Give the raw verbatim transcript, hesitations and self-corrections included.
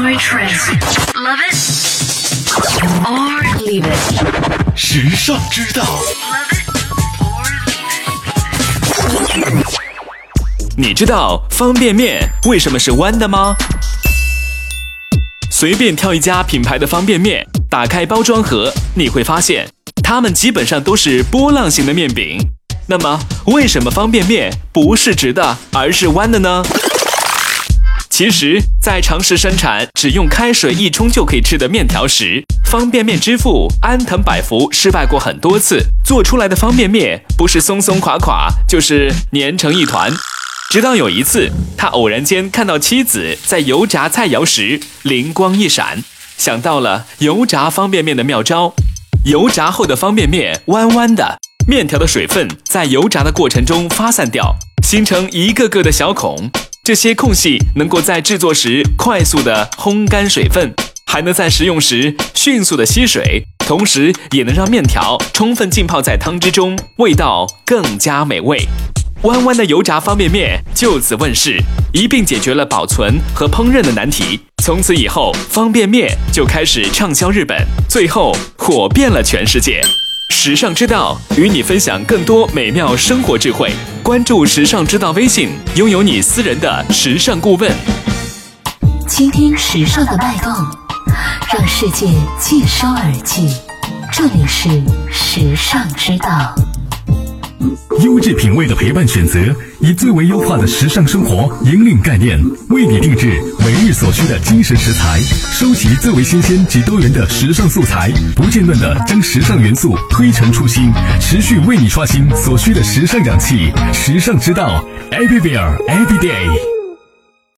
favorite trends. Love it or leave it. 时尚之道。 Love it or leave it. 你知道方便面为什么是弯的吗？随便挑一家品牌的方便面，打开包装盒，你会发现它们基本上都是波浪形的面饼。那么为什么方便面不是直的，而是弯的呢？其实在尝试生产只用开水一冲就可以吃的面条时，方便面之父安藤百福失败过很多次，做出来的方便面不是松松垮垮，就是粘成一团。直到有一次，他偶然间看到妻子在油炸菜肴时，灵光一闪，想到了油炸方便面的妙招。油炸后的方便面弯弯的，面条的水分在油炸的过程中发散掉，形成一个个的小孔。这些空隙能够在制作时快速的烘干水分，还能在食用时迅速的吸水，同时也能让面条充分浸泡在汤汁中，味道更加美味。弯弯的油炸方便面就此问世，一并解决了保存和烹饪的难题。从此以后，方便面就开始畅销日本，最后火遍了全世界。时尚之道与你分享更多美妙生活智慧，关注时尚之道微信，拥有你私人的时尚顾问。 倾听时尚的脉动，让世界尽收耳际。这里是时尚之道。 优质品味的陪伴选择，以最为优化的时尚生活引领概念，为你定制每日所需的精神食材，收集最为新鲜及多元的时尚素材，不间断地将时尚元素推陈出新，持续为你刷新所需的时尚氧气。时尚之道 ，Everywhere Every Day。